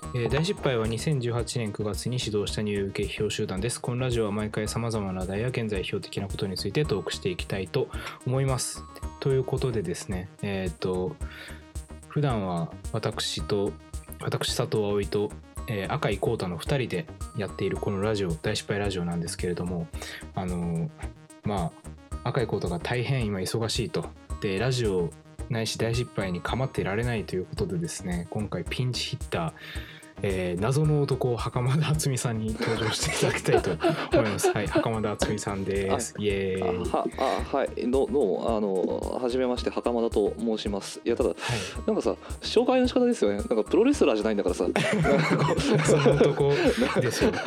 大失敗は2018年9月に始動したニュー受け批評集団です。このラジオは毎回様々な話題や現在批評的なことについてトークしていきたいと思います。ということでですね、普段は私佐藤葵と、赤井浩太の2人でやっているこのラジオ、大失敗ラジオなんですけれども、赤井浩太が大変今忙しいと。で、ラジオないし大失敗に構っていられないということでですね、今回ピンチヒッター、謎の男袴田敦美さんに登場していただきたいと思います。はい、袴田敦美さんです。イエーイ。 はいどうもはじめまして袴田と申します。いやただ、なんかさ紹介の仕方ですよね。なんかプロレスラーじゃないんだからさその男ですよ、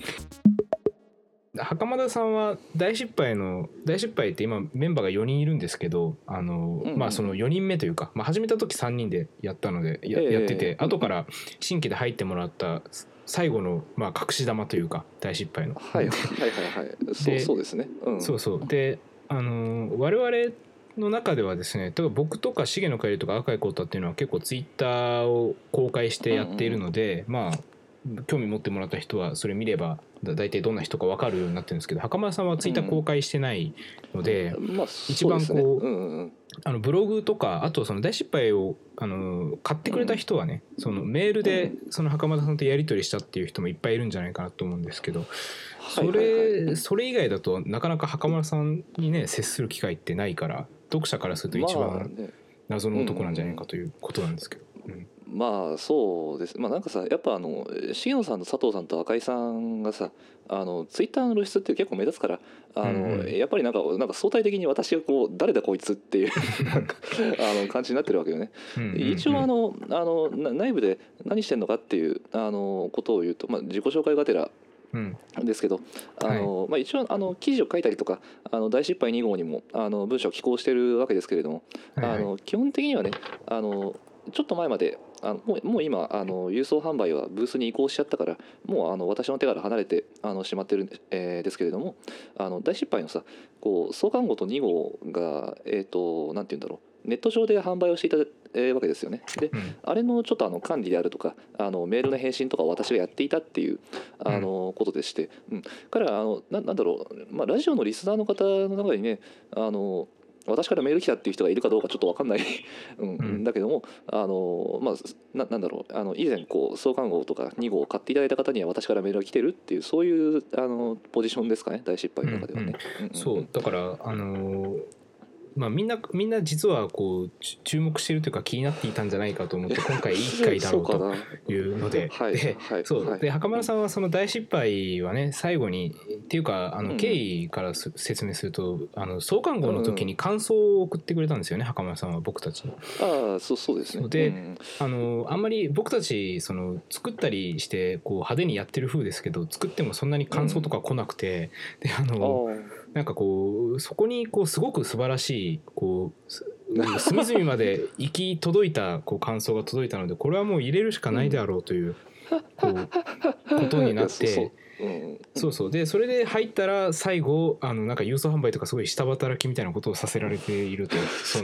袴田さんは大失敗って今メンバーが4人いるんですけど、その4人目というか、始めた時3人でやったので やってて、後から新規で入ってもらった最後の隠し玉というか大失敗のそうですね、 そうで我々の中ではですね、例えば僕とか重野帰りとか赤井浩太っていうのは結構ツイッターを公開してやっているので、興味持ってもらった人はそれ見れば大体どんな人か分かるようになってるんですけど、袴田さんはツイッター公開してないので、一番こうブログとか、あとその大失敗を買ってくれた人はね、そのメールでその袴田さんとやり取りしたっていう人もいっぱいいるんじゃないかなと思うんですけど、それ以外だとなかなか袴田さんにね接する機会ってないから、読者からすると一番謎の男なんじゃないかということなんですけど、 そうです。なんかさ、やっぱ重野さんと佐藤さんと赤井さんがさ、ツイッターの露出って結構目立つから、やっぱりなんか相対的に私がこう誰だこいつっていうなんか感じになってるわけよね。一応内部で何してんのかっていうことを言うと、自己紹介がてらですけど、一応記事を書いたりとか大失敗2号にも文章を寄稿してるわけですけれども、基本的にはねちょっと前までもう今郵送販売はブースに移行しちゃったから、もう私の手から離れてしまってるんですけれども、大失敗のさこう創刊号と2号がなんて言うんだろう、ネット上で販売をしていたわけですよね。で、あれのちょっと管理であるとかメールの返信とかを私がやっていたっていうことでして、彼はなんだろう、ラジオのリスナーの方の中にね私からメール来たっていう人がいるかどうかちょっと分かんないだけどもなんだろう以前こう創刊号とか2号を買っていただいた方には私からメールが来てるっていう、そういうポジションですかね、大失敗の中ではね。 そうだからみんな実はこう注目しているというか気になっていたんじゃないかと思って今回いい機会だろうというので、で袴田さんはその大失敗はね最後にっていうか経緯から説明すると創刊号の時に感想を送ってくれたんですよね、袴田さんは僕たちに。 そうですね。 であんまり僕たちその作ったりしてこう派手にやってる風ですけど、作ってもそんなに感想とか来なくて、でなんかこうそこにこうすごく素晴らしいこう隅々まで行き届いたこう感想が届いたので、これはもう入れるしかないであろうということになってでそれで入ったら最後なんか郵送販売とかすごい下働きみたいなことをさせられていると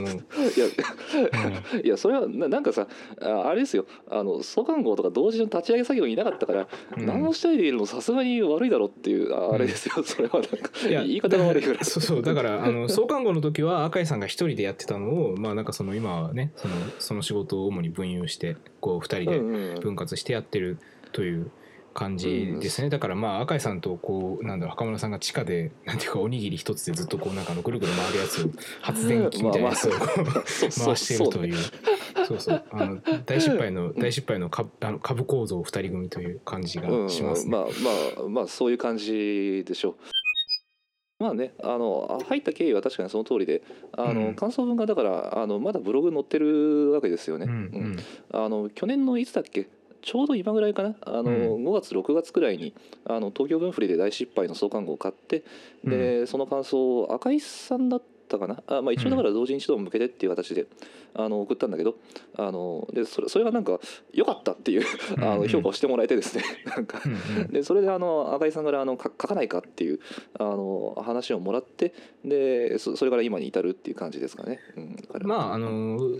いやそれはなんかさあれですよ、創刊号とか同時の立ち上げ作業にいなかったから、何もしないでいるのさすがに悪いだろっていうあれですよ、それはなんか言い方が悪いから。 だから創刊号の時は赤井さんが一人でやってたのをなんかその今はねその仕事を主に分有してこう二人で分割してやってるという感じですね。だから赤井さんとこうなんだろう、袴田さんが地下でなんていうかおにぎり一つでずっとこうなんかぐるぐる回るやつを発電機みたいなやつを回してるという大失敗の株構造二人組という感じがしますね。 そういう感じでしょう。入った経緯は確かにその通りで感想文がだからまだブログ載ってるわけですよね。去年のいつだっけ、ちょうど今ぐらいかな、5月6月くらいに東京分振りで大失敗の創刊号を買って、でその感想を赤井さんだったかな、一応だから同時に一度向けてっていう形で送ったんだけど、でそれがなんか良かったっていう評価をしてもらえてですねなんかでそれで赤井さんから書かないかっていう話をもらって、でそれから今に至るっていう感じですかね。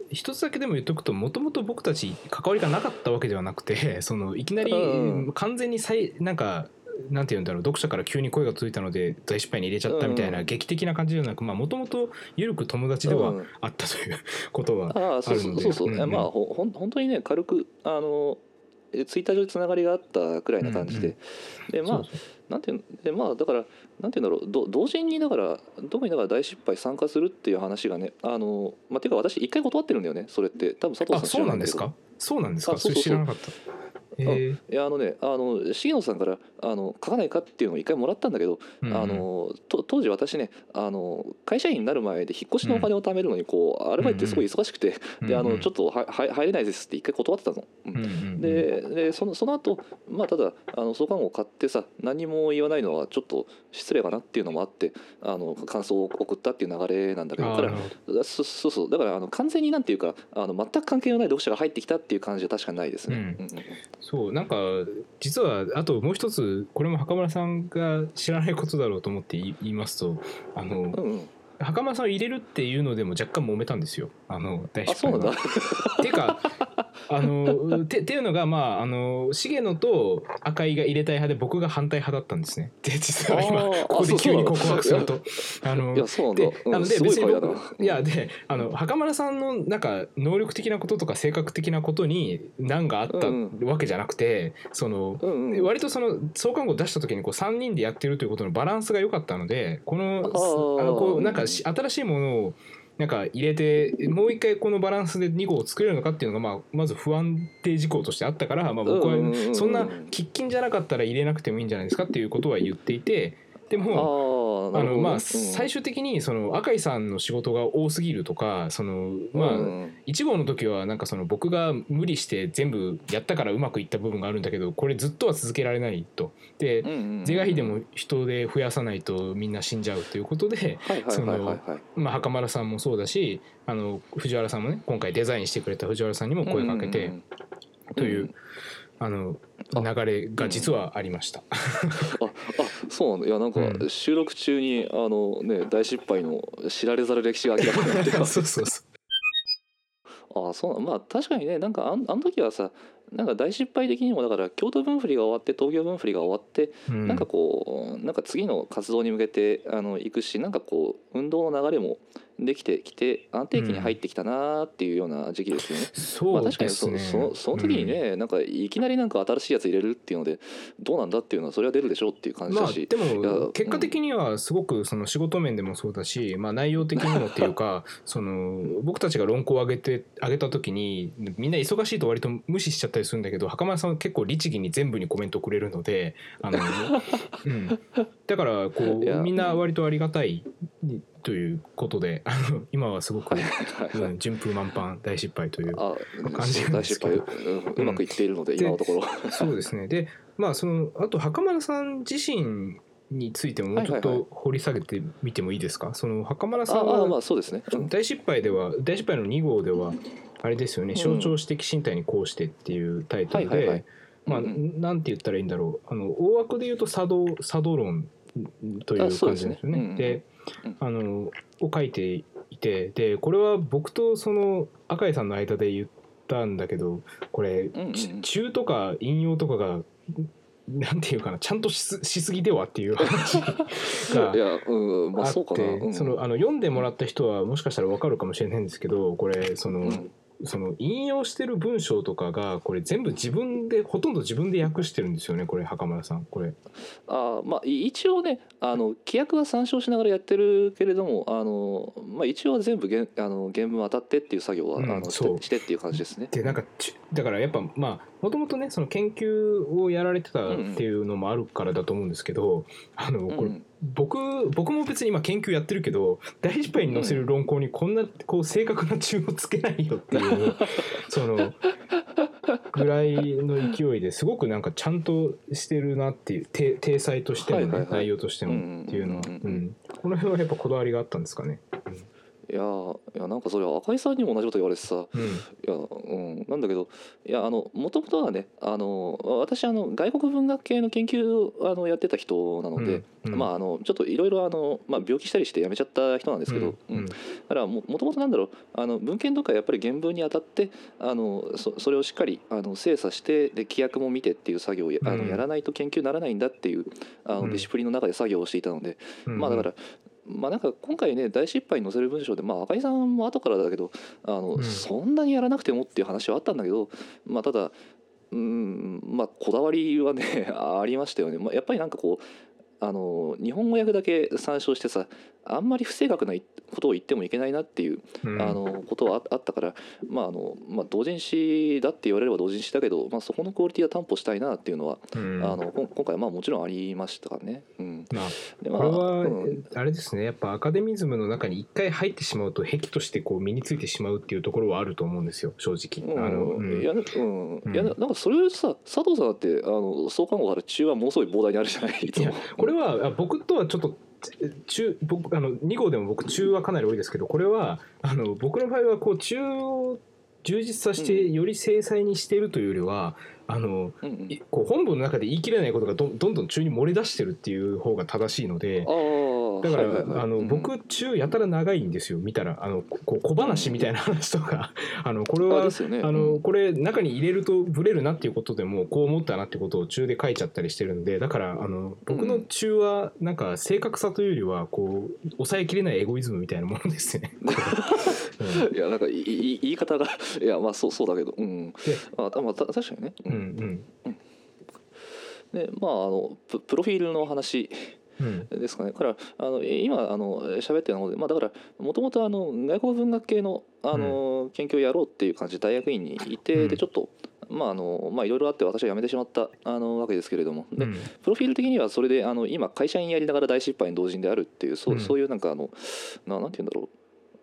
一つだけでも言っとくと、もともと僕たち関わりがなかったわけではなくて、そのいきなり完全になんかなんて言うんだろう、読者から急に声が届いたので大失敗に入れちゃったみたいな劇的な感じではなく、もともと緩く友達ではあったということはあるので、 まあ本当にね、軽くツイッター上でつながりがあったくらいな感じで、でまあなんていうでまあだからなんていうんだろう、同時にだから特にだから大失敗参加するっていう話がね、ていうか私一回断ってるんだよね、それって。多分佐藤さん知らないんだけど。 そうなんですか。それ知らなかった。 いや重野さんから書かないかっていうのを一回もらったんだけど、当時私ね会社員になる前で引っ越しのお金を貯めるのにアルバイトってすごい忙しくて、でちょっと入れないですって一回断ってたの。でその後ただ創刊号を買ってさ、何も言わないのはちょっと失礼かなっていうのもあって感想を送ったっていう流れなんだけど、だからだから完全になんていうか全く関係のない読者が入ってきたっていう感じは確かにないですね。 そうなんか実はあともう一つ、これも袴田さんが知らないことだろうと思って言いますと、袴田さんを入れるっていうのでも若干揉めたんですよ、大失敗は。っていうかっていうのが重野と赤井が入れたい派で僕が反対派だったんですね。で実は今ここで急に告白するといやそうなんだ。 で別にいやで袴田さんのなんか能力的なこととか性格的なことに難があったわけじゃなくて、割とその創刊号出した時に3人でやってるということのバランスが良かったので、なんか新しいものをなんか入れてもう一回このバランスで2号を作れるのかっていうのがまず不安定事項としてあったから、僕はそんな喫緊じゃなかったら入れなくてもいいんじゃないですかっていうことは言っていて、でも最終的に赤井さんの仕事が多すぎるとか、1号の時はなんか僕が無理して全部やったからうまくいった部分があるんだけど、これずっとは続けられないと。で是が非でも人で増やさないとみんな死んじゃうということで、袴田さんもそうだし藤原さんもね、今回デザインしてくれた藤原さんにも声かけてという流れが実はありました。 そうなんだ。いやなんか収録中に大失敗の知られざる歴史が明らかになってそう確かにね、なんかあの時はさ、なんか大失敗的にもだから京都分振りが終わって東京分振りが終わって、なんかなんか次の活動に向けて行くし、なんか運動の流れもできてきて安定期に入ってきたなっていうような時期ですよね。 そうですね。 その時にね、なんかいきなりなんか新しいやつ入れるっていうのでどうなんだっていうのはそれは出るでしょうっていう感じだし、 でも結果的にはすごく仕事面でもそうだし、内容的にもっていうか僕たちが論考を上げた時にみんな忙しいと割と無視しちゃったりするんだけど、袴田さんは結構律儀に全部にコメントくれるのでだからみんな割とありがたいということで今はすごく順風満帆大失敗という感じなんですけど、 うまくいっているので今のところそうですね。であと袴田さん自身についてももうちょっと掘り下げてみてもいいですか。袴田さんは大失敗の2号ではあれですよね、象徴史的身体にこうしてっていうタイトルで、なんて言ったらいいんだろう、大枠で言うと作動論という感じですよね。でを書いていて、でこれは僕と赤井さんの間で言ったんだけど、これ中とか引用とかがなんていうかな、ちゃんとしすぎではっていう話があって読んでもらった人はもしかしたら分かるかもしれないんですけど、これ引用してる文章とかがこれ全部ほとんど自分で訳してるんですよね、これ袴田さん。これ一応ね規約は参照しながらやってるけれども一応全部原文当たってっていう作業はしてっていう感じですね。 でなんかだからやっぱもともとね研究をやられてたっていうのもあるからだと思うんですけど、これ僕も別に今研究やってるけど大失敗に載せる論考にこんな正確な注をつけないよっていうぐらいの勢いですごくなんかちゃんとしてるなっていう体裁としてもね、内容としてもっていうのは、この辺はやっぱこだわりがあったんですかね。 いやなんかそれは赤井さんにも同じこと言われてさ、なんだけど、もともとはね、私外国文学系の研究をやってた人なので、ちょっといろいろ病気したりして辞めちゃった人なんですけど、だからもともとなんだろう、文献とかやっぱり原文にあたってそれをしっかり精査して、で規約も見てっていう作業をやらないと研究にならないんだっていうディシプリンの中で作業をしていたので、だからなんか今回ね大失敗に載せる文章で、赤井さんも後からだけどそんなにやらなくてもっていう話はあったんだけど、ただこだわりはねありましたよね。やっぱりなんかこう日本語訳だけ参照してさ、あんまり不正確なことを言ってもいけないなっていうことはあったから、同人誌だって言われれば同人誌だけど、そこのクオリティは担保したいなっていうのは今回もちろんありましたからね。 でこれはあれですね、やっぱアカデミズムの中に一回入ってしまうと癖としてこう身についてしまうっていうところはあると思うんですよ、正直。 なんかそれをさ、佐藤さんだって創刊号から中はものすごい膨大にあるじゃない。いつもこれは僕とはちょっと僕2号でも僕中はかなり多いですけど、これは僕の場合はこう中を充実させてより精細にしているというよりは、こう本文の中で言い切れないことがどんどん中に漏れ出してるっていう方が正しいので、だから僕中やたら長いんですよ。見たらこう小話みたいな話とかこれはこれ中に入れるとブレるなっていうことでもこう思ったなってことを中で書いちゃったりしてるんで、だから僕の中はなんか正確さというよりはこう抑えきれないエゴイズムみたいなものですね。 いやなんか言い方がいやそうだけど、確かにね。でプロフィールの話ですかね。から今喋ってるので、だからもともと外国文学系の研究をやろうっていう感じで大学院にいて、でちょっといろいろあって私は辞めてしまったわけですけれども、でプロフィール的にはそれで今会社員やりながら大失敗に同人であるっていうそういうなんかなんて言うんだろう、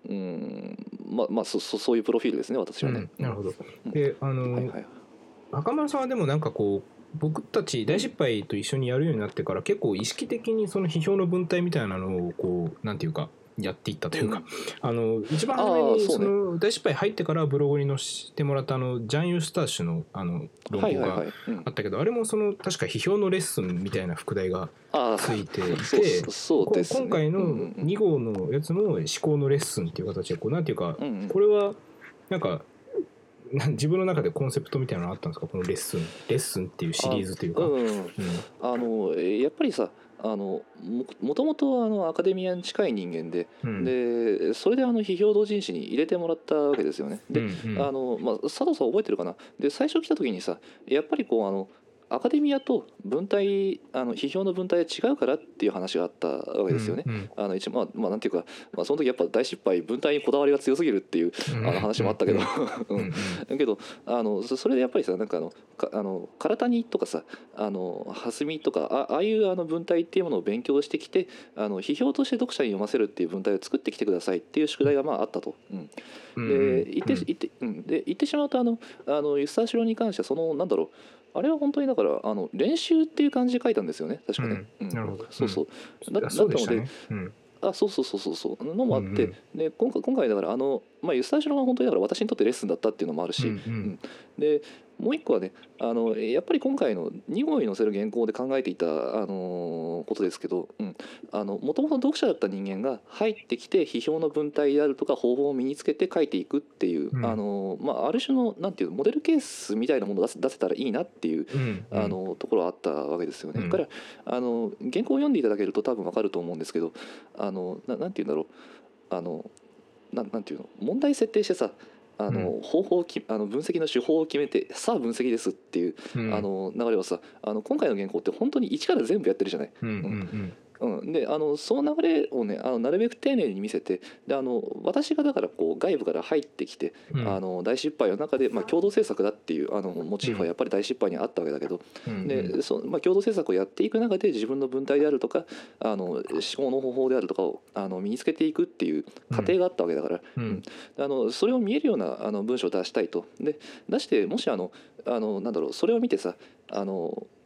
そういうプロフィールですね、私はね。 なるほど。で赤丸さんはでもなんかこう僕たち大失敗と一緒にやるようになってから結構意識的にその批評の文体みたいなのをこうなんていうかやっていったというか、一番初めにその大失敗入ってからブログに載せてもらったジャン・ユースターシュの論考があったけど、あれもその確か批評のレッスンみたいな副題がついていて、今回の2号のやつも思考のレッスンっていう形でこうなんていうか、これはなんか自分の中でコンセプトみたいなのあったんですか、このレッスンっていうシリーズというか。 やっぱりさもともとアカデミアに近い人間で、でそれで批評同人誌に入れてもらったわけですよね。で、佐藤さん覚えてるかな。で最初来た時にさ、やっぱりこうアカデミアと文体批評の文体は違うからっていう話があったわけですよね。一応なんていうか、その時やっぱ大失敗文体にこだわりが強すぎるっていう話もあったけどだけどそれでやっぱりさ、なんか唐谷とかさ蓮見とかああいう文体っていうものを勉強してきて批評として読者に読ませるっていう文体を作ってきてくださいっていう宿題があったと。で言ってしまうとユスターシロに関してはなんだろう、あれは本当にだから練習っていう感じで書いたんですよね、確かね。 なるほど。 そうそうだったので、そうのもあって、で今回だからユスターシロは本当にだから私にとってレッスンだったっていうのもあるし、でもう一個はねやっぱり今回の2号に載せる原稿で考えていたことですけど、もともと読者だった人間が入ってきて批評の文体であるとか方法を身につけて書いていくっていう、ある種のなんていうモデルケースみたいなものを出せたらいいなっていう、ところはあったわけですよね。だから原稿を読んでいただけると多分わかると思うんですけど、なんていうんだろう、なんていうの、問題設定してさ方法分析の手法を決めてさあ分析ですっていう流れをさ今回の原稿って本当に一から全部やってるじゃない。でその流れをねなるべく丁寧に見せて、で私がだからこう外部から入ってきて、大失敗の中で、共同制作だっていうモチーフはやっぱり大失敗にあったわけだけど、で共同制作をやっていく中で自分の文体であるとか思考の方法であるとかを身につけていくっていう過程があったわけだから、それを見えるような文章を出したいと。で出してもしなんだろう、それを見てさ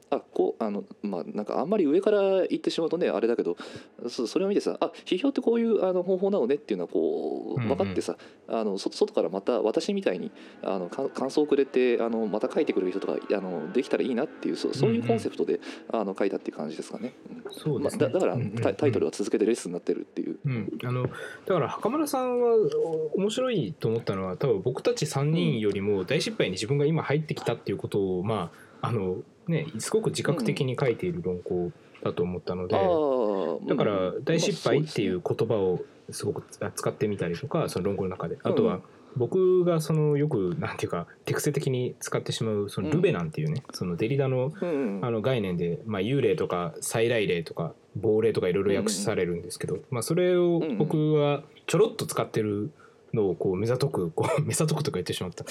なんかあんまり上から言ってしまうとねあれだけど、それを見てさ、批評ってこういう方法なのねっていうのはこう分かってさ、外からまた私みたいに感想をくれてまた書いてくれる人とかできたらいいなっていうそういうコンセプトで書いたっていう感じですかね。 そうですね。 だからタイトルは続けてレッスンになってるっていう。 だから袴田さんは面白いと思ったのは、多分僕たち3人よりも大失敗に自分が今入ってきたっていうことをすごく自覚的に書いている論考だと思ったので、だから大失敗っていう言葉をすごく使ってみたりとか、その論考の中で、あとは僕がよくなんていうか手癖的に使ってしまうそのルベナンっていうね、そのデリダの概念で、幽霊とか再来霊とか亡霊とかいろいろ訳されるんですけど、それを僕はちょろっと使ってるのをこう目ざとくとか言ってしまった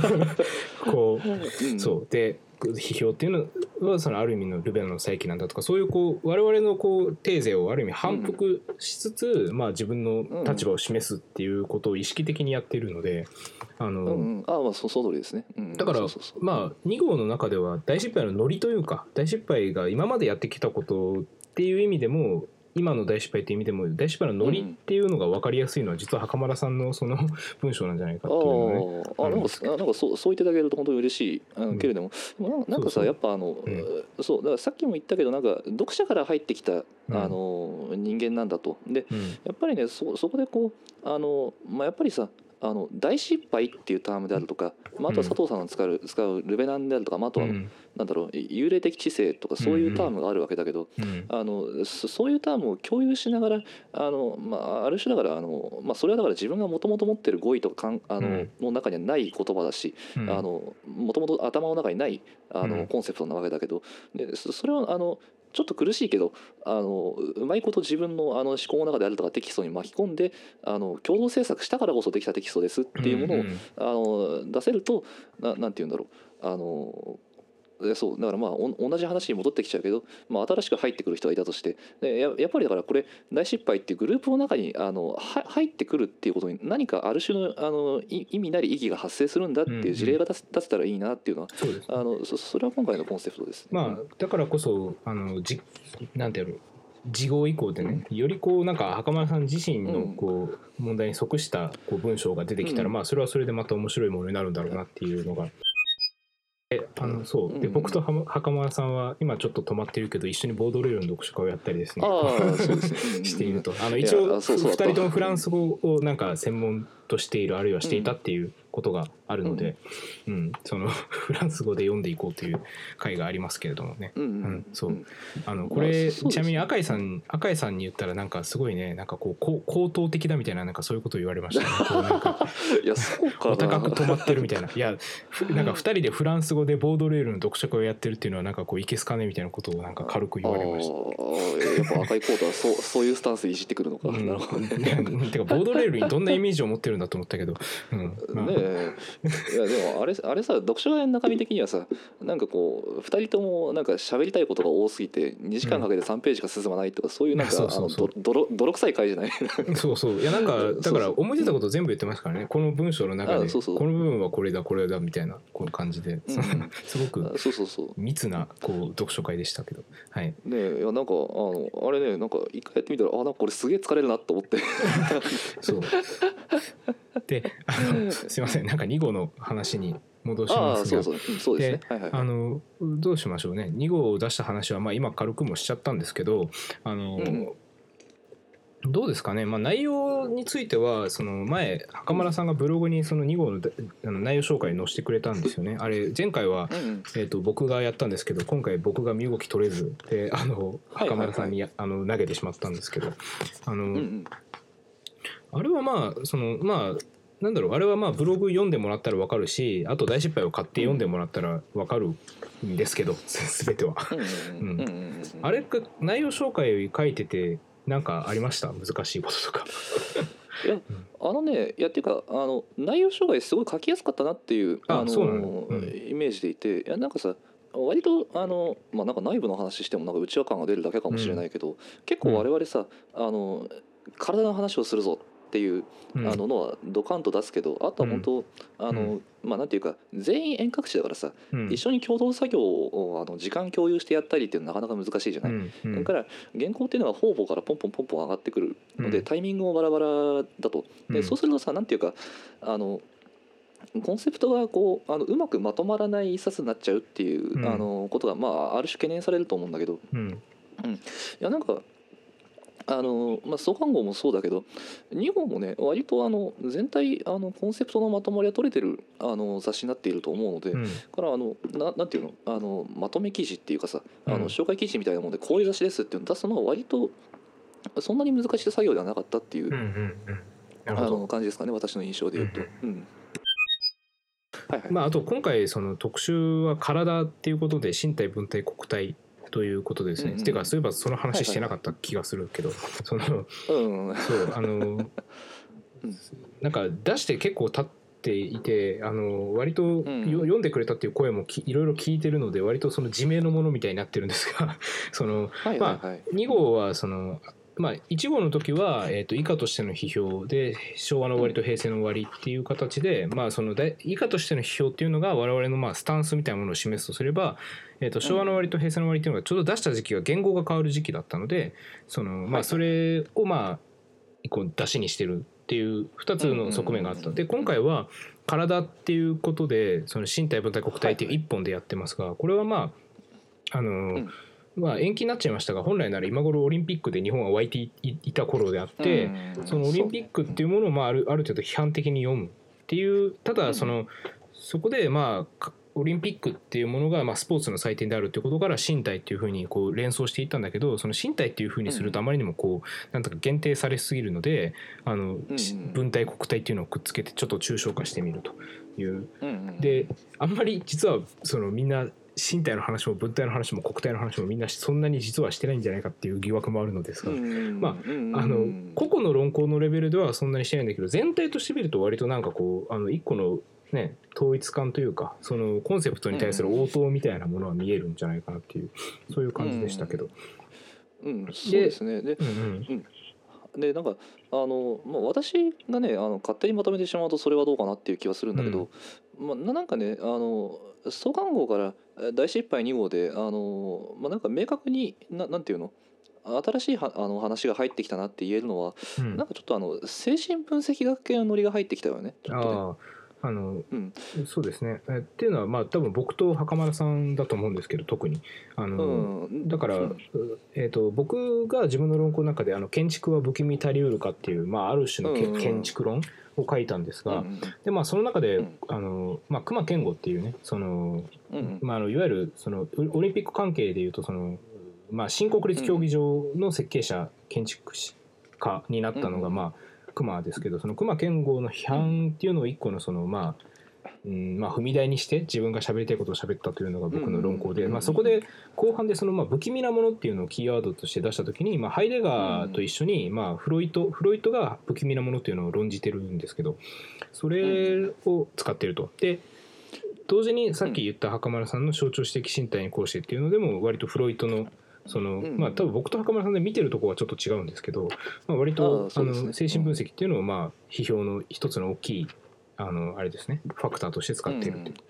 そうで、批評っていうのはそのある意味のルベナの再起なんだとか、そういう我々のテーゼをある意味反復しつつ、自分の立場を示すっていうことを意識的にやっているので、 その通りですね。 だから2号の中では大失敗のノリというか、大失敗が今までやってきたことっていう意味でも、今の大失敗っていう意味でも大失敗のノリっていうのが分かりやすいのは実は袴田さんのその文章なんじゃないかっていうのね。 なんかそう言っていただけると本当に嬉しい、けれどもなんかさ、やっぱそうだからさっきも言ったけど、なんか読者から入ってきた人間なんだと。で、やっぱりねそこでやっぱりさ大失敗っていうタームであるとか、あとは佐藤さんの使うルベナンであるとか、あとはなんだろう、幽霊的知性とかそういうタームがあるわけだけど、そういうタームを共有しながらある種だからそれはだから自分がもともと持ってる語彙とかの中にはない言葉だし、もともと頭の中にないコンセプトなわけだけど、でそれをちょっと苦しいけどうまいこと自分の思考の中であるとかテキストに巻き込んで共同制作したからこそできたテキストですっていうものを出せると、なんて言うんだろう、そうだから同じ話に戻ってきちゃうけど、新しく入ってくる人がいたとして、やっぱりだからこれ大失敗っていうグループの中に入ってくるっていうことに何かある種の意味なり意義が発生するんだっていう事例が出せたらいいなっていうのは、それは今回のコンセプトです。 だからこそなんてやろう、事後以降でね、よりなんか袴田さん自身の問題に即した文章が出てきたら、それはそれでまた面白いものになるんだろうなっていうのが。そうで、僕と袴田さんは今ちょっと止まってるけど一緒にボードレールの読書会をやったりですねしていると、一応2人ともフランス語をなんか専門としている、あるいはしていたっていうことがあるので、そのフランス語で読んでいこうという会がありますけれどもね。そうこれちなみに赤井さんに言ったらなんかすごいね、なんか高等的だみたいな、なんかそういうことを言われましたね。なんかいやそうかな、 お高く止まってるみたいな。いやなんか2人でフランス語でボードレールの読書会をやってるっていうのはなんかいけすかねみたいなことをなんか軽く言われました。 やっぱ赤いコートはそういうスタンスでいじってくるのか。なるほどね。 てかボードレールにどんなイメージを持ってるんだと思ったけど、いやでもあれさ、読書会の中身的にはさ、なんか2人ともなんか喋りたいことが多すぎて2時間かけて3ページしか進まないとか、そういうなんか泥臭い回じゃない。 いやなんかだから思い出たこと全部言ってますからね、この文章の中でこの部分はこれだみたいな感じで、すごく密な読書会でしたけど、はいね。いやなんかあれね、なんか一回やってみたらなんかこれすげえ疲れるなと思って。そうですいません、なんか2号の話に戻しますが、 そうですね。 どうしましょうね。2号を出した話は今軽くもしちゃったんですけど、どうですかね。内容についてはその前袴田さんがブログにその2号の内容紹介に載せてくれたんですよね。あれ前回は僕がやったんですけど、今回僕が身動き取れずで袴田さんに投げてしまったんですけど、あれはなんだろう、あれはブログ読んでもらったら分かるし、あと大失敗を買って読んでもらったら分かるんですけど、全てはあれか内容紹介を書いててなんかありました？難しいこととか。 いやいやっていうか内容紹介すごい書きやすかったなっていうイメージでいて、いやなんかさ割となんか内部の話してもなんか内輪感が出るだけかもしれないけど、結構我々さ体の話をするぞっていうのはドカンと出すけど、あとは本当なんていうか全員遠隔地だからさ、一緒に共同作業を時間共有してやったりっていうのはなかなか難しいじゃない。だから原稿っていうのは方々からポンポンポンポン上がってくるので、タイミングもバラバラだと。でそうするとさ、なんていうかコンセプトがこううまくまとまらない一冊になっちゃうっていう、ことがある種懸念されると思うんだけど、いやなんか創刊号もそうだけど2号もね割と全体コンセプトのまとまりが取れてる雑誌になっていると思うので、からなんていうのまとめ記事っていうかさ紹介記事みたいなものでこういう雑誌ですっていうのを出すのは割とそんなに難しい作業ではなかったっていう感じですかね、私の印象で言うと。 あと今回その特集は体っていうことで身体分体国体ということですね。てかそういえばその話してなかった気がするけど、なんか出して結構経っていて割と読んでくれたっていう声もいろいろ聞いてるので割とその自明のものみたいになってるんですが2号は1号の時は、以下としての批評で昭和の終わりと平成の終わりっていう形で、その以下としての批評っていうのが我々のスタンスみたいなものを示すとすれば、昭和の終わりと平成の終わりっていうのがちょうど出した時期が言語が変わる時期だったのでそれを一個出しにしてるっていう2つの側面があった。で今回は体っていうことでその身体分体国体っていう1本でやってますが、これは延期になっちゃいましたが本来なら今頃オリンピックで日本は沸いていた頃であって、そのオリンピックっていうものをある程度批判的に読むっていう、ただそこでオリンピックっていうものがスポーツの祭典であるっていうことから身体っていうふうにこう連想していったんだけど、その身体っていうふうにするとあまりにもこうなんとか限定されすぎるので分体国体っていうのをくっつけてちょっと抽象化してみるという。であんまり実はみんな身体の話も分体の話も国体の話もみんなそんなに実はしてないんじゃないかっていう疑惑もあるのですが、個々の論考のレベルではそんなにしてないんだけど、全体として見ると割となんかこう一個のね統一感というかそのコンセプトに対する応答みたいなものは見えるんじゃないかなっていう、そういう感じでしたけど。 そうですね。でなんか私がね勝手にまとめてしまうとそれはどうかなっていう気はするんだけど、なんかね創刊号から大失敗2号でなんか明確になんていうの新しい話が入ってきたなって言えるのは、なんかちょっと精神分析学系のノリが入ってきたよねちょっとね。 そうですね。っていうのは多分僕と袴田さんだと思うんですけど、特にだから、僕が自分の論考の中で建築は不気味たりうるかっていう、ある種の建築論を書いたんですが、でその中で隈研吾っていうねいわゆるオリンピック関係でいうと新国立競技場の設計者建築士家になったのが隈ですけど、その隈研吾の批判っていうのを一個の踏み台にして自分が喋りたいことを喋ったというのが僕の論考で、そこで後半で不気味なものっていうのをキーワードとして出した時に、ハイデガーと一緒にフロイトが不気味なものっていうのを論じてるんですけど、それを使ってると。で同時にさっき言った袴田さんの象徴史的身体にこうしてっていうのでも割とフロイトの多分僕と袴田さんで見てるところはちょっと違うんですけど、割と精神分析っていうのを批評の一つの大きいあれですねファクターとして使っているっていう。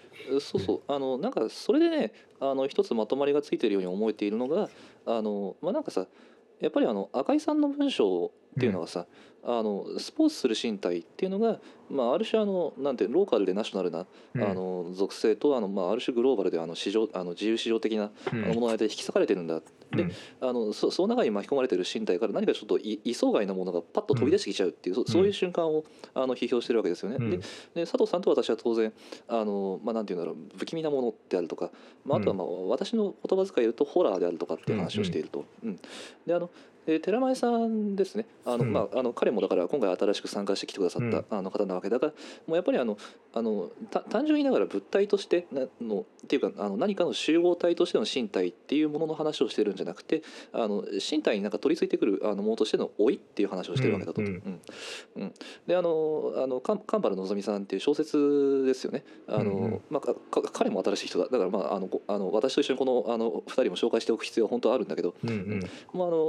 そうそうなんかそれでね一つまとまりがついているように思えているのがなんかさやっぱり赤井さんの文章っていうのはさ、スポーツする身体っていうのが、ある種なんてローカルでナショナルな、属性とある種グローバルで自由市場的なものの間で引き裂かれてるんだ。でその中に巻き込まれてる身体から何かちょっと予想外のものがパッと飛び出してきちゃうっていう、そういう瞬間を批評してるわけですよね。で佐藤さんと私は当然なんていうんだろう不気味なものであるとか、あとは私の言葉遣いで言うとホラーであるとかっていう話をしていると。で寺前さんですね彼もだから今回新しく参加してきてくださった方なわけだから、もうやっぱり単純に言いながら物体としてっていうか何かの集合体としての身体っていうものの話をしてるんじゃなくて身体になんか取り付いてくるものとしての老いっていう話をしてるわけだと。で神原のぞみさんっていう小説ですよね。彼も新しい人だから私と一緒にこの2人も紹介しておく必要は本当はあるんだけど、もうやっぱ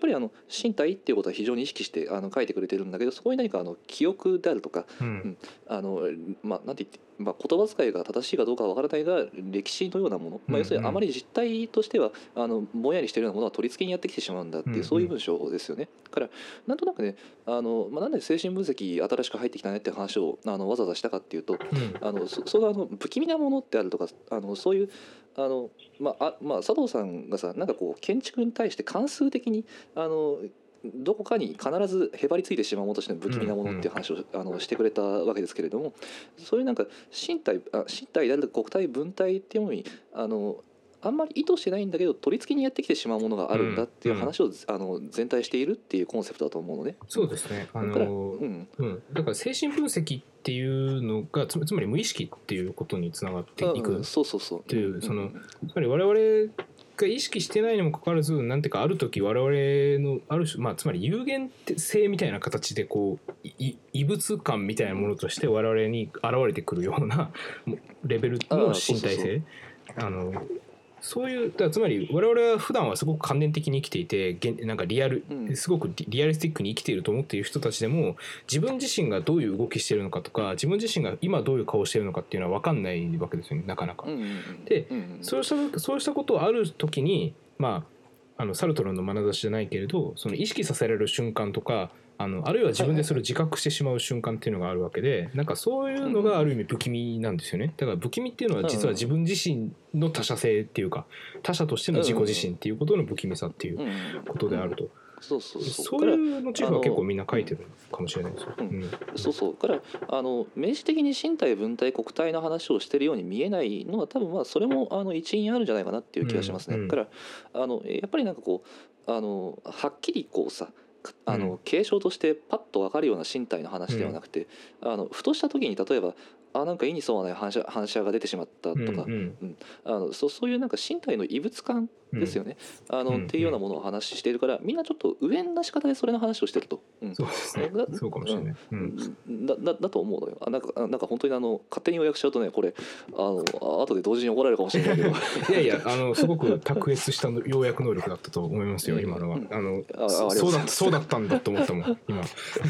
ぱり身体っていうことは非常に意識して書いてくれてるんだけど、そこに何か記憶であるとか、なんて言って、言葉遣いが正しいかどうかは分からないが歴史のようなもの、要するにあまり実態としてはぼんやりしているようなものは取り付けにやってきてしまうんだっていう、そういう文章ですよね。からなんとなくね、なんで精神分析新しく入ってきたねっていう話をわざわざしたかっていうと、それは不気味なものってあるとか、そういう佐藤さんがさ、なんかこう建築に対して関数的にどこかに必ずへばりついてしまうものとしての不気味なものっていう話をしてくれたわけですけれども、そういうなんか身体であるとか国体文体っていうものにあんまり意図してないんだけど取り付けにやってきてしまうものがあるんだっていう話を全体しているっていうコンセプトだと思うのね。 そうですね。だから精神分析っていうのがつまり無意識っていうことにつながっていくっていう、つまり我々が意識してないにもかかわらず、なんていうかある時我々のある種、つまり有限性みたいな形でこう異物感みたいなものとして我々に現れてくるようなレベルの身体性、そういうつまり我々は普段はすごく関連的に生きていて、なんかすごくリアリスティックに生きていると思っている人たちでも、自分自身がどういう動きしているのかとか、自分自身が今どういう顔しているのかっていうのは分かんないわけですよね、なかなか。で、そうしたことをある時に、サルトルの眼差しじゃないけれど、その意識させられる瞬間とか、あるいは自分でそれを自覚してしまう瞬間っていうのがあるわけで、なんかそういうのがある意味不気味なんですよね。だから不気味っていうのは実は自分自身の他者性っていうか、他者としての自己自身っていうことの不気味さっていうことであると。そういうモチーフは結構みんな書いてるかもしれないですよ。 から明示的に身体分体国体の話をしてるように見えないのは、多分それも一因あるんじゃないかなっていう気がしますね。からやっぱりなんかこうはっきりこうさ継承としてパッと分かるような身体の話ではなくて、ふとした時に例えばなんか意に沿わない反射が出てしまったとか、そういうなんか身体の異物感ですよね、っていうようなものを話しているから、みんなちょっと上な仕方でそれの話をしてると、 そうですね、そうかもしれない、 だと思うのよ。なんか本当に勝手に予約しちゃうとね、これ後で同時に怒られるかもしれないけどいやすごく卓越した要約能力だったと思いますよ、今のは。そうだったんだと思ったもん今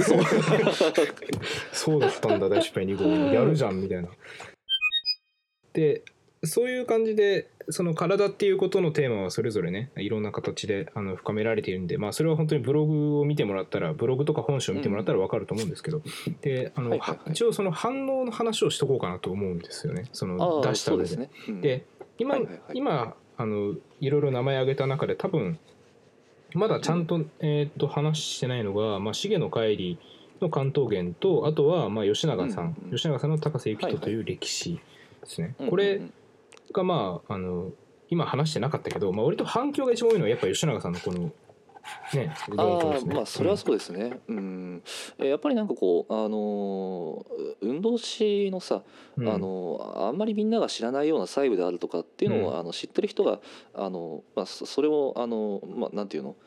そうだったんだ、大失敗2号やるじゃんみたいな。でそういう感じで、その体っていうことのテーマはそれぞれね、いろんな形で深められているんで、それは本当にブログを見てもらったら、ブログとか本誌を見てもらったら分かると思うんですけど、で一応その反応の話をしとこうかなと思うんですよね、その出した上で。で今いろいろ名前挙げた中で多分まだちゃんと、話してないのが、重野帰りの関東源と、あとは吉永さんの高瀬幸人という歴史ですね。これが今話してなかったけど、割と反響が一番多いのはやっぱ吉永さんのこのね、 それはそうですね。やっぱりなんかこう運動史のさ、あんまりみんなが知らないような細部であるとかっていうのを、知ってる人がそれをなんていうの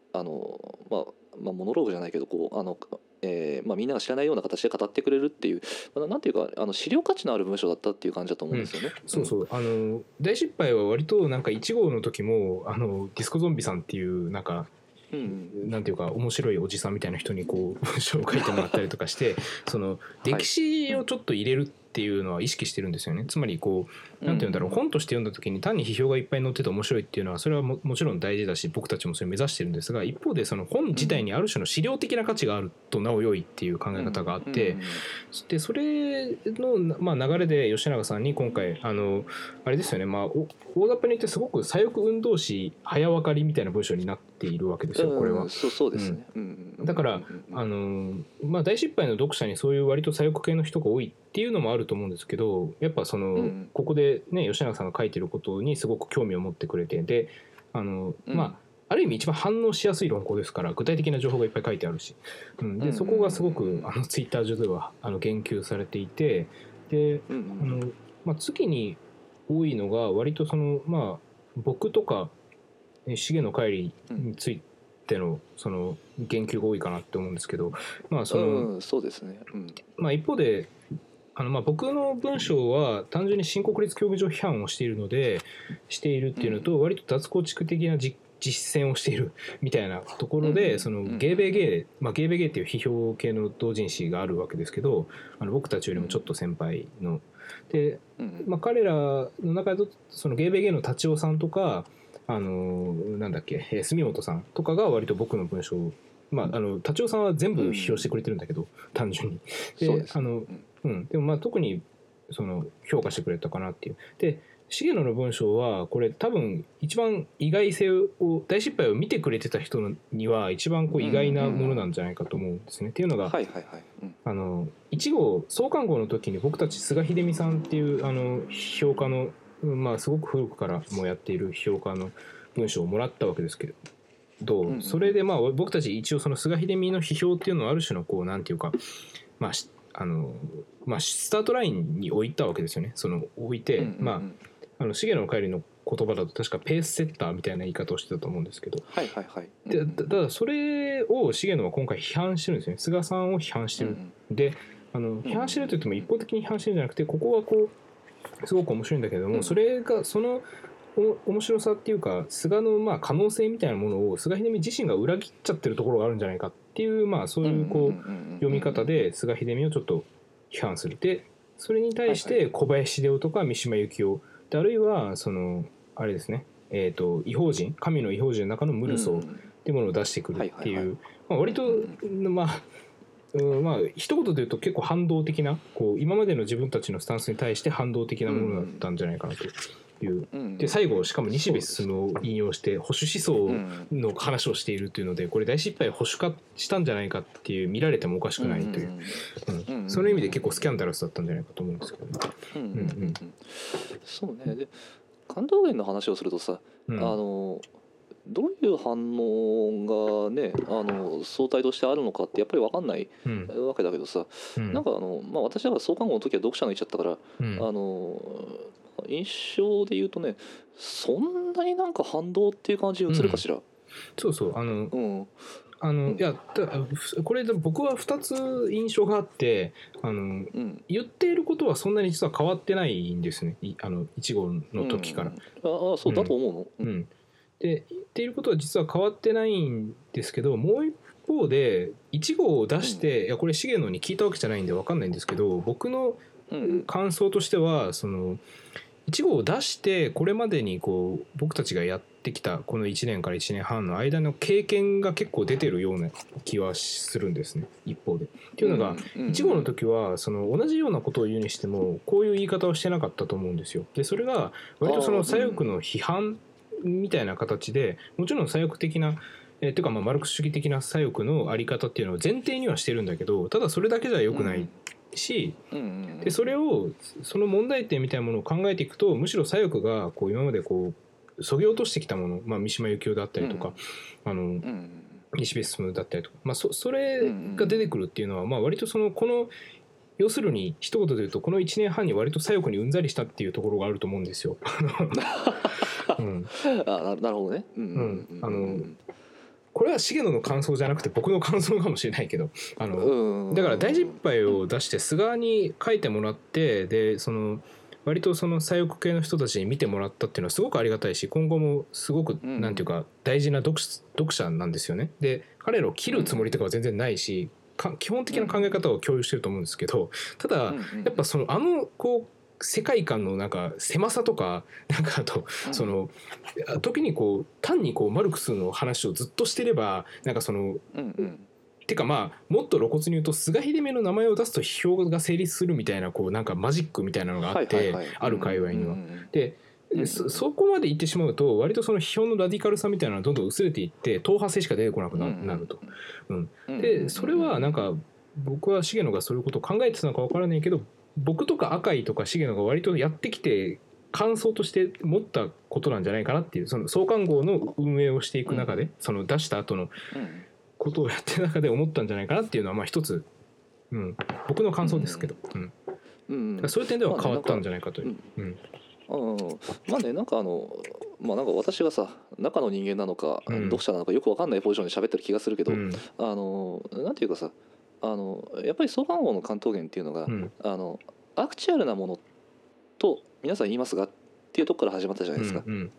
モノローグじゃないけどこうみんなが知らないような形で語ってくれるっていう、なんていうか資料価値のある文章だったっていう感じだと思うんですよね。 大失敗は割となんか1号の時もディスコゾンビさんっていうなんかなんていうか面白いおじさんみたいな人にこう文章を書いてもらったりとかしてその歴史をちょっと入れるっていうのは意識してるんですよね。つまりこうなんていうんだろう、本として読んだ時に単に批評がいっぱい載ってて面白いっていうのはそれは もちろん大事だし、僕たちもそれ目指してるんですが、一方でその本自体にある種の資料的な価値があるとなお良いっていう考え方があって、でそれの流れで吉永さんに今回あれですよね、大雑把に言ってすごく左翼運動史早分かりみたいな文章になっているわけですよ、これは。 そうですね。 だから大失敗の読者にそういう割と左翼系の人が多いっていうのもあると思うんですけど、やっぱここでね吉永さんが書いてることにすごく興味を持ってくれて、である意味一番反応しやすい論考ですから、具体的な情報がいっぱい書いてあるし、でそこがすごくツイッター上では言及されていて、で次に多いのが割と僕とか重野帰りについてのその言及が多いかなって思うんですけど、 そうですね。 一方で僕の文章は単純に新国立競技場批判をしているっていうのと、割と脱構築的な実実践をしているみたいなところで、そのゲーベゲー、ゲーベゲーっていう批評系の同人誌があるわけですけど、僕たちよりもちょっと先輩ので、彼らの中でそのゲーベゲーの達夫さんとかなんだっけ住本さんとかが割と僕の文章を達夫さんは全部批評してくれてるんだけど、単純にででも特にその評価してくれたかなっていう。で重野の文章はこれ多分一番意外性を大失敗を見てくれてた人には一番こう意外なものなんじゃないかと思うんですね。っていうのが1号創刊号の時に僕たち菅秀美さんっていう批評家のすごく古くからもやっている批評家の文章をもらったわけですけど、それで僕たち一応その菅秀美の批評っていうのをある種のこうなんていうかスタートラインに置いたわけですよね。その置いて重野の帰りの言葉だと確かペースセッターみたいな言い方をしてたと思うんですけど、ただそれを重野は今回批判してるんですよね。菅さんを批判してる。で批判してるといっても一方的に批判してるんじゃなくて、ここはこうすごく面白いんだけども、それがその面白さっていうか菅の可能性みたいなものを菅秀美自身が裏切っちゃってるところがあるんじゃないかっていうそういうこう読み方で菅秀美をちょっと批判する。でそれに対して小林秀夫とか三島由紀夫で、あるいはそのあれですね、異邦人神の異邦人の中のムルソーっていうものを出してくるっていう割と一言で言うと結構反動的なこう今までの自分たちのスタンスに対して反動的なものだったんじゃないかなという。で最後しかも西部進を引用して保守思想の話をしているっていうので、これ大失敗保守化したんじゃないかっていう見られてもおかしくないという、その意味で結構スキャンダラスだったんじゃないかと思うんですけどね。 そうね。で関東圏の話をするとさ、どういう反応がね相対としてあるのかってやっぱり分かんないわけだけどさ、なんか私だから創刊号の時は読者の位置だったから、印象で言うとね、そんなになんか反動っていう感じに映るかしら。 そうそういやこれで僕は2つ印象があって言っていることはそんなに実は変わってないんですね、1号の時から。 そうだと思うの。 で言っていることは実は変わってないんですけど、もう一方で1号を出して、いやこれ重野に聞いたわけじゃないんで分かんないんですけど、僕の感想としてはその1号を出してこれまでにこう僕たちがやってきたこの1年から1年半の間の経験が結構出てるような気はするんですね、一方で。っていうのが1号の時はその同じようなことを言うにしてもこういう言い方をしてなかったと思うんですよ。でそれが割とその左翼の批判みたいな形で、もちろん左翼的なというかマルクス主義的な左翼のあり方っていうのを前提にはしてるんだけど、ただそれだけじゃ良くないし、でそれをその問題点みたいなものを考えていくと、むしろ左翼がこう今までこう削ぎ落としてきたもの、三島由紀夫だったりとか、西部進だったりとか、それが出てくるっていうのは割とそのこの要するに一言で言うとこの1年半に割と左翼にうんざりしたっていうところがあると思うんですよ。 なるほどね。 これは重野の感想じゃなくて僕の感想かもしれないけど、だから大失敗を出して菅に書いてもらって、でその割とその左翼系の人たちに見てもらったっていうのはすごくありがたいし、今後もすごくなんていうか大事な読者なんですよね。で彼らを切るつもりとかは全然ないし、基本的な考え方を共有してると思うんですけど、ただやっぱそのこう世界観のなんか狭さとかなんかあとその時にこう単にこうマルクスの話をずっとしてればなんかそのてかもっと露骨に言うと菅秀美の名前を出すと批評が成立するみたいなこうなんかマジックみたいなのがあってある界隈には。でそこまで言ってしまうと割とその批評のラディカルさみたいなのがどんどん薄れていって党派性しか出てこなくなると。でそれはなんか僕は重野がそういうことを考えてたのか分からないけど、僕とか赤井とか重野が割とやってきて感想として持ったことなんじゃないかなっていう、その創刊号の運営をしていく中で、その出した後のことをやってる中で思ったんじゃないかなっていうのは一つ、僕の感想ですけど、そういう点では変わったんじゃないかという。 なんか私がさ中の人間なのか、読者なのかよく分かんないポジションで喋ってる気がするけど、なんていうかさやっぱり創刊号の関東圏っていうのが、アクチュアルなものと皆さん言いますがっていうところから始まったじゃないですか。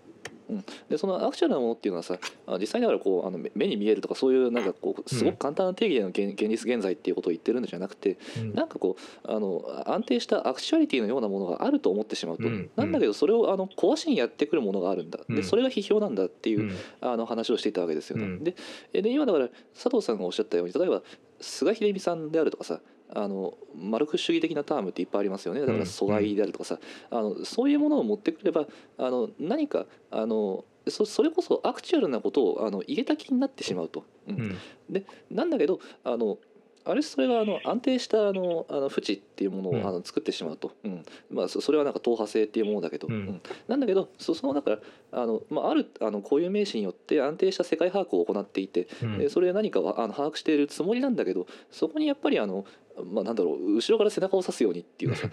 でそのアクチュアルなものっていうのはさ、実際ながらこう目に見えるとかそういうなんかこうすごく簡単な定義での現実現在っていうことを言ってるんじゃなくて、なんかこう安定したアクチュアリティのようなものがあると思ってしまうと、なんだけどそれを壊しにやってくるものがあるんだ、でそれが批評なんだっていう話をしていたわけですよね。で今だから佐藤さんがおっしゃったように、例えば菅秀美さんであるとかさ、マルクス主義的なタームっていっぱいありますよね。だから阻害であるとかさ、そういうものを持ってくれば何かそれこそアクチュアルなことを言えた気になってしまうと。でなんだけどそれが安定した不知っていうものを作ってしまうと、まあ、それはなんか党派性っていうものだけど、なんだけどだからある固有名詞によって安定した世界把握を行っていて、それで何かを把握しているつもりなんだけど、そこにやっぱりなんだろう、後ろから背中を刺すようにっていうかさ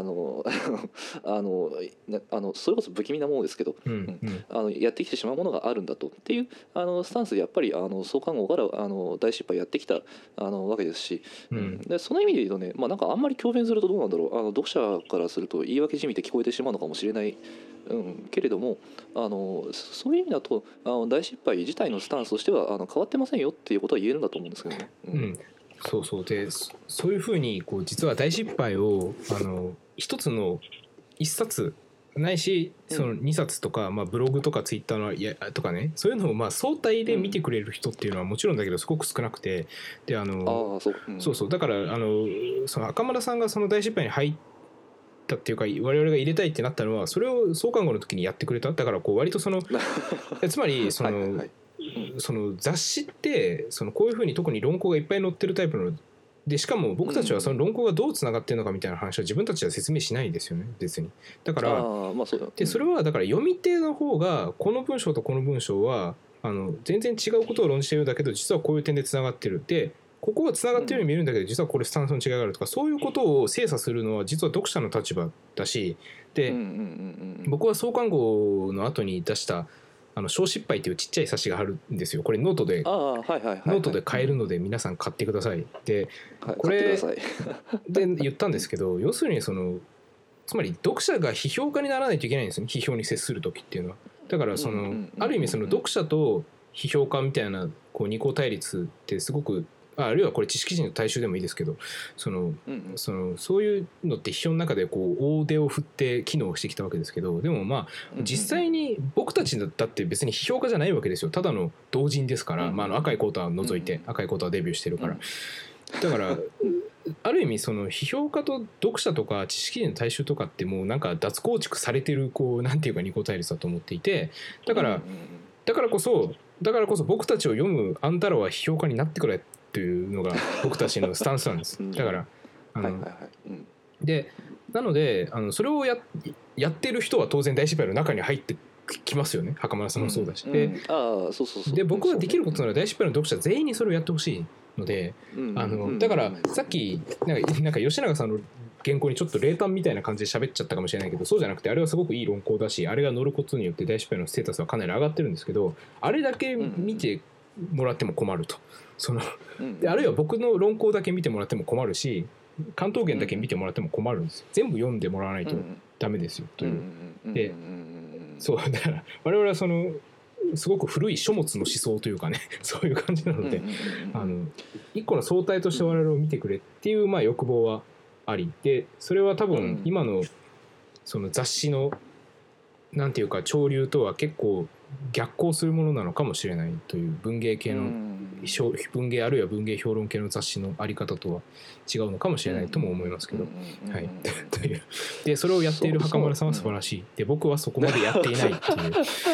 それこそ不気味なものですけど、やってきてしまうものがあるんだとっていうスタンスでやっぱり創刊号から大失敗やってきたわけですし、でその意味で言うとね、なんかあんまり強弁するとどうなんだろう、読者からすると言い訳じみて聞こえてしまうのかもしれない、けれどもそういう意味だと大失敗自体のスタンスとしては変わってませんよっていうことは言えるんだと思うんですけどね。 そうそう、でそういうふうにこう実は大失敗を一つの一冊ないしその2冊とか、ブログとかツイッターのとかね、そういうのを相対で見てくれる人っていうのはもちろんだけどすごく少なくて、でそうだからその赤村さんがその大失敗に入ったっていうか我々が入れたいってなったのはそれを創刊号の時にやってくれた。だからこう割とつまりその雑誌ってこういうふうに特に論考がいっぱい載ってるタイプので、しかも僕たちはその論考がどうつながってるのかみたいな話は自分たちは説明しないんですよね、別に。だからでそれはだから読み手の方がこの文章とこの文章は全然違うことを論じてるんだけど実はこういう点でつながってる、でここはつながってるように見えるんだけど実はこれスタンスの違いがあるとか、そういうことを精査するのは実は読者の立場だし、で僕は創刊号の後に出した小失敗っていうちっちゃい冊子があるんですよ。これノートで買えるので皆さん買ってください。でこれで言ったんですけど、要するにつまり読者が批評家にならないといけないんですよね、批評に接する時っていうのは。だからある意味読者と批評家みたいなこう二項対立ってすごくあるいはこれ知識人の大衆でもいいですけどそういうのって批評の中でこう大手を振って機能してきたわけですけど、でも実際に僕たちだって別に批評家じゃないわけですよ。ただの同人ですから、赤いコートは除いて、赤いコートはデビューしてるから、だからある意味批評家と読者とか知識人の大衆とかってもうなんか脱構築されてるこうなんていうか二項対立だと思っていて、だからこそ僕たちを読むあんたらは批評家になってくれっていうのが僕たちのスタンスなんです。だからでなのでそれをやってる人は当然大失敗の中に入ってきますよね。袴田さんもそうだし、で僕はできることなら大失敗の読者全員にそれをやってほしいので、だからさっきなんか吉永さんの原稿にちょっと冷淡みたいな感じで喋っちゃったかもしれないけど、そうじゃなくてあれはすごくいい論考だし、あれが乗ることによって大失敗のステータスはかなり上がってるんですけど、あれだけ見てもらっても困ると。であるいは僕の論考だけ見てもらっても困るし、関東圏だけ見てもらっても困るんですよ。全部読んでもらわないとダメですよという。でそうだから我々はすごく古い書物の思想というかねそういう感じなので一個の総体として我々を見てくれっていう欲望はありで、それは多分今のその雑誌のなんていうか潮流とは結構逆行するものなのかもしれないという、文芸系の文芸あるいは文芸評論系の雑誌のあり方とは違うのかもしれないとも思いますけど、はいというでそれをやっている袴田さんは素晴らしいで、僕はそこまでやっていないっていう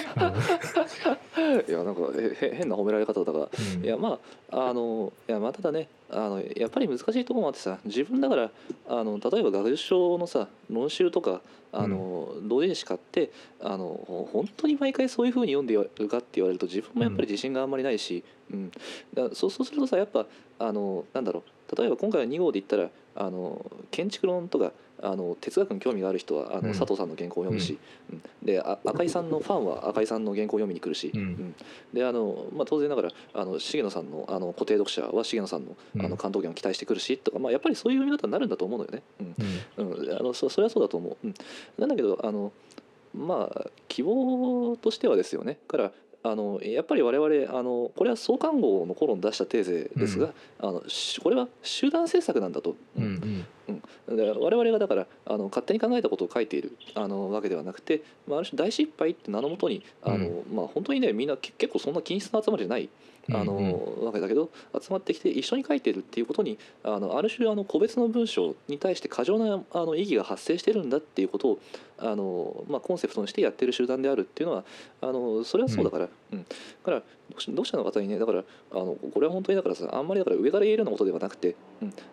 いやなんか変な褒められ方だから、いやただねやっぱり難しいところもあってさ、自分だから例えば学術書のさ論集とか同人誌買って本当に毎回そういう風に読んでるかって言われると自分もやっぱり自信があんまりないし、そうするとさやっぱなんだろう、例えば今回は2号で言ったら建築論とか哲学に興味がある人は佐藤さんの原稿を読むし、で赤井さんのファンは赤井さんの原稿を読みに来るし、で当然ながら重野さんの固定読者は重野さんの関東圏を期待してくるしとか、やっぱりそういう読み方になるんだと思うのよね。それはそうだと思う。なんだけどまあ希望としてはですよね。からやっぱり我々これは創刊号の頃に出したテーゼですが、これは集団制作なんだと、で我々がだから勝手に考えたことを書いているわけではなくて、ある種大失敗って名のもとに本当にねみんな結構そんな均質な集まりじゃないわけだけど集まってきて一緒に書いてるっていうことにある種個別の文章に対して過剰な意義が発生してるんだっていうことをコンセプトにしてやってる集団であるっていうのはそれはそうだから、だから読者の方にねだからこれは本当にだからさあんまりだから上から言えるようなことではなくて、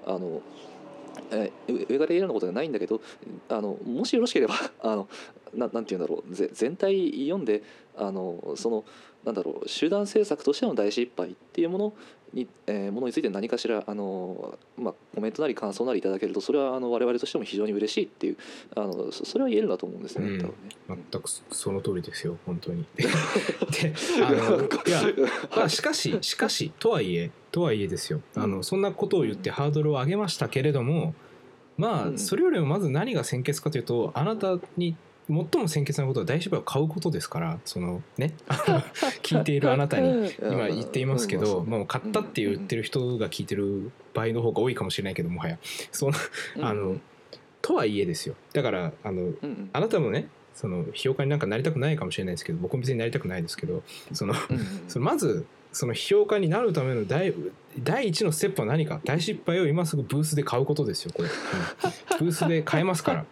上から言えるようなことじゃないんだけどもしよろしければなんて言うんだろう全体読んでなんだろう集団制作としての大失敗っていうものについて何かしらコメントなり感想なりいただけるとそれは我々としても非常に嬉しいっていうそれは言えるんだと思うんですよね、多分ね。 全くその通りですよ本当に。でしかしとはいえですよそんなことを言ってハードルを上げましたけれどもそれよりもまず何が先決かというとあなたに最も先決なことは大失敗を買うことですから聞いているあなたに今言っていますけどもう買ったって言ってる人が聞いてる場合の方が多いかもしれないけどもはやとはいえですよだからあなたもね批評家になんかなりたくないかもしれないですけど僕も別になりたくないですけどまず批評家になるための第一のステップは何か大失敗を今すぐブースで買うことですよこれ、ブースで買えますから、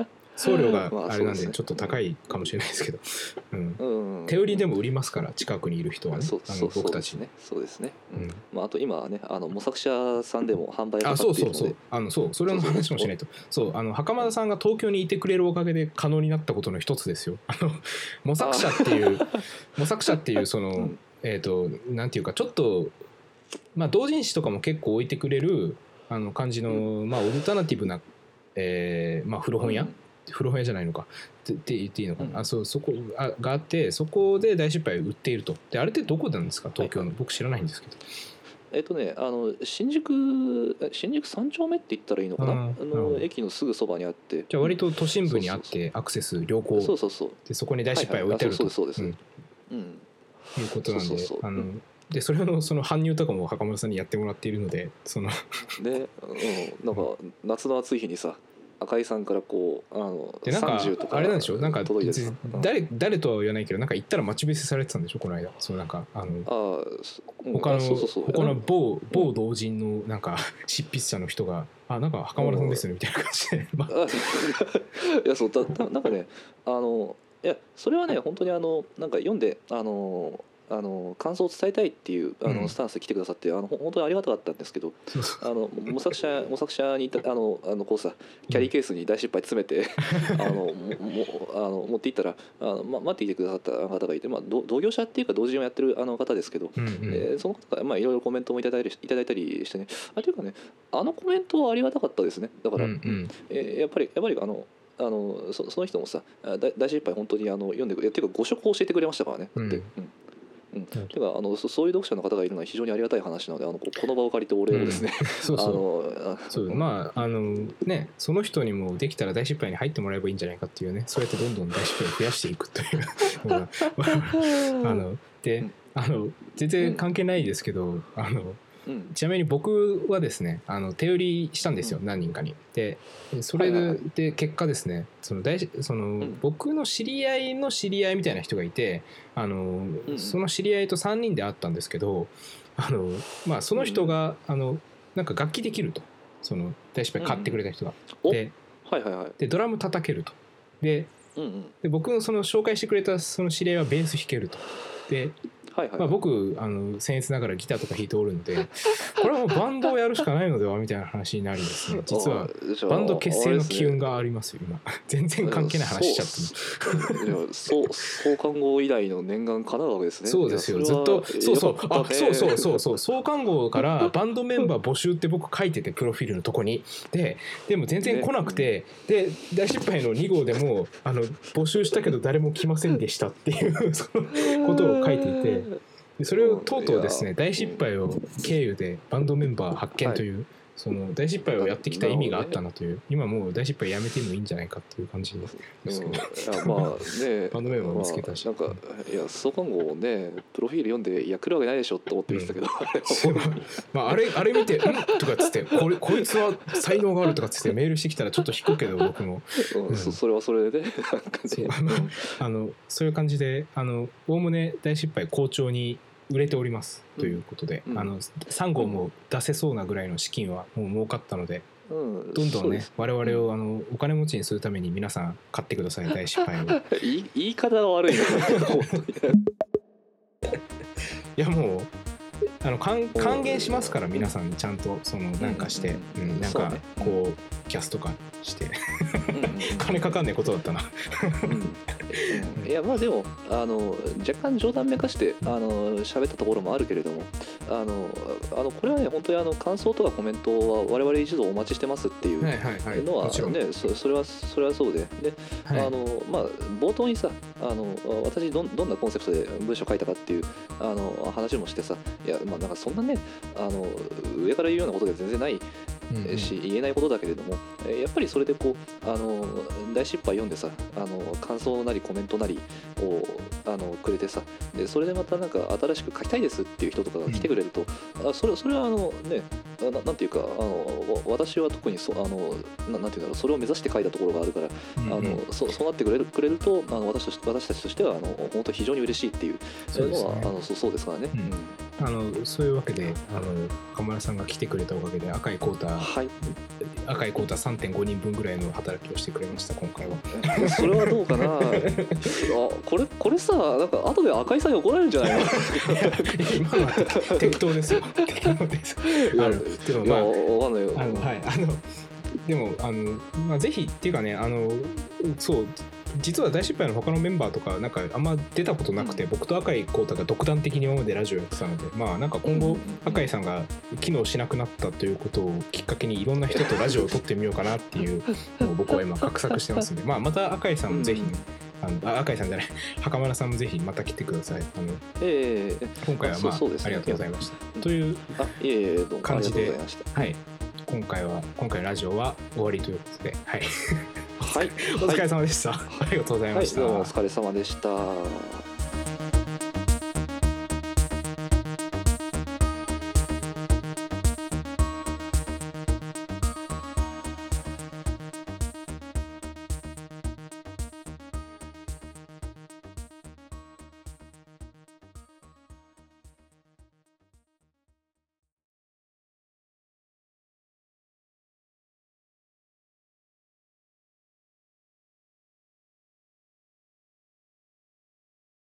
送料があれなんでちょっと高いかもしれないですけど、手売りでも売りますから近くにいる人はね僕たちねそうですね、あと今はね模索者さんでも販売がかかっているのでそれの話もしないと袴田さんが東京にいてくれるおかげで可能になったことの一つですよ模索者っていうなんていうかちょっと同人誌とかも結構置いてくれる感じのオルタナティブな古本屋じゃないのかって言っていいのかな、そこがあってそこで大失敗を売っていると。であれってどこなんですか東京の、僕知らないんですけど。 新宿3丁目って言ったらいいのかな、駅のすぐそばにあってじゃあ割と都心部にあってアクセス良好でそこに大失敗を置いてあるということなんででそれの搬入とかも袴田さんにやってもらっているのでで、なんか夏の暑い日にさ赤井さんからこう30とかあれなんでしょなんか誰とは言わないけどなんか行ったら待ち伏せされてたんでしょこの間なんか他の某同人のなんか執筆者の人がなんか袴田さんですねみたいな感じでいやそうなんかねいやそれはね本当になんか読んで感想を伝えたいっていうスタンスで来てくださって本当にありがたかったんですけど模索者にこうさキャリーケースに大失敗詰めて持っていったら待っていてくださった方がいて、同業者っていうか同人をやってる方ですけど、その方がいろいろコメントもいただいたりしてねというかねコメントはありがたかったですね。だから、やっぱりその人もさ大失敗本当に読んでくれっていうかご職を教えてくれましたからね。てかそういう読者の方がいるのは非常にありがたい話なのでこの場を借りてお礼をですね、 その人にもできたら大失敗に入ってもらえばいいんじゃないかっていうねそうやってどんどん大失敗を増やしていくというで全然関係ないですけどちなみに僕はですね手売りしたんですよ、何人かに。でそれで結果ですね僕の知り合いの知り合いみたいな人がいてその知り合いと3人で会ったんですけどその人がなんか楽器できると大失敗買ってくれた人が。でドラム叩けると。で僕の紹介してくれたその知り合いはベース弾けると。で僕僭越ながらギターとか弾いておるのでこれはもうバンドをやるしかないのではみたいな話になりですね実はバンド結成の機運がありますよ今。全然関係ない話しちゃって創刊号以来の念願叶うわけですね。 そうですよずっとそう創刊号からバンドメンバー募集って僕書いててプロフィールのとこにでも全然来なくてで大失敗の2号でも募集したけど誰も来ませんでしたっていうことを書いていてでそれをとうとうですね大失敗を経由でバンドメンバー発見というその大失敗をやってきた意味があったなという、今もう大失敗やめてもいいんじゃないかっていう感じですけど、 いやまあねバンドメンバーも見つけたし、 なんかいや創刊号をねプロフィール読んでいや来るわけないでしょって思って見てたけど、 まああれ見て「うん」とかっつってこいつは才能があるとかっつってメールしてきたらちょっと引くけど僕も、 それはそれでねそういう感じでおおむね大失敗好調に売れておりますということで、3号も出せそうなぐらいの資金はもう儲かったので、どんどんね我々をお金持ちにするために皆さん買ってください大失敗を言い方が悪いな本当にいやもう還元しますから皆さんにちゃんとなんかして、なんかこうキャスとかして金かかんないことだったな、 いやまあでも若干冗談めかして喋ったところもあるけれども、これはね本当に感想とかコメントは我々一度お待ちしてますっていうのはね、それはそうで、まあ冒頭にさ私どんなコンセプトで文章書いたかっていう話もしてさ、いやまあなんかそんなね上から言うようなことで全然ないし、言えないことだけれども、やっぱりそれでこう大失敗読んでさ感想なりコメントなりをくれてさ、でそれでまたなんか新しく書きたいですっていう人とかが来てくれると、それはねなんていうか私は特になんていうんだろう、それを目指して書いたところがあるから、そうなってくれると私たちとしては本当非常に嬉しいっていうのはそうですからね。 そういうわけで岡村さんが来てくれたおかげで赤井浩太 3.5 人分ぐらいの働きをしてくれました今回は。 それはどうかなこれさなんか後で赤井さんに怒られるんじゃないの今のは適当ですよ適当です。でもまあわかんないよ。 でもまあ、ぜひっていうかねそう実は大失敗の他のメンバーとかなんかあんま出たことなくて、僕と赤井浩太が独断的に今までラジオやってたので、まあなんか今後赤井さんが機能しなくなったということをきっかけにいろんな人とラジオを撮ってみようかなっていうのを僕は今画策してますんでまた赤井さんもぜひね、赤井さんじゃない袴村さんもぜひまた来てください。今回はありがとうございましたという感じで、今回のラジオは終わりということで、はい、お疲れ様でした。ありがとうございました。 お疲れ様でした。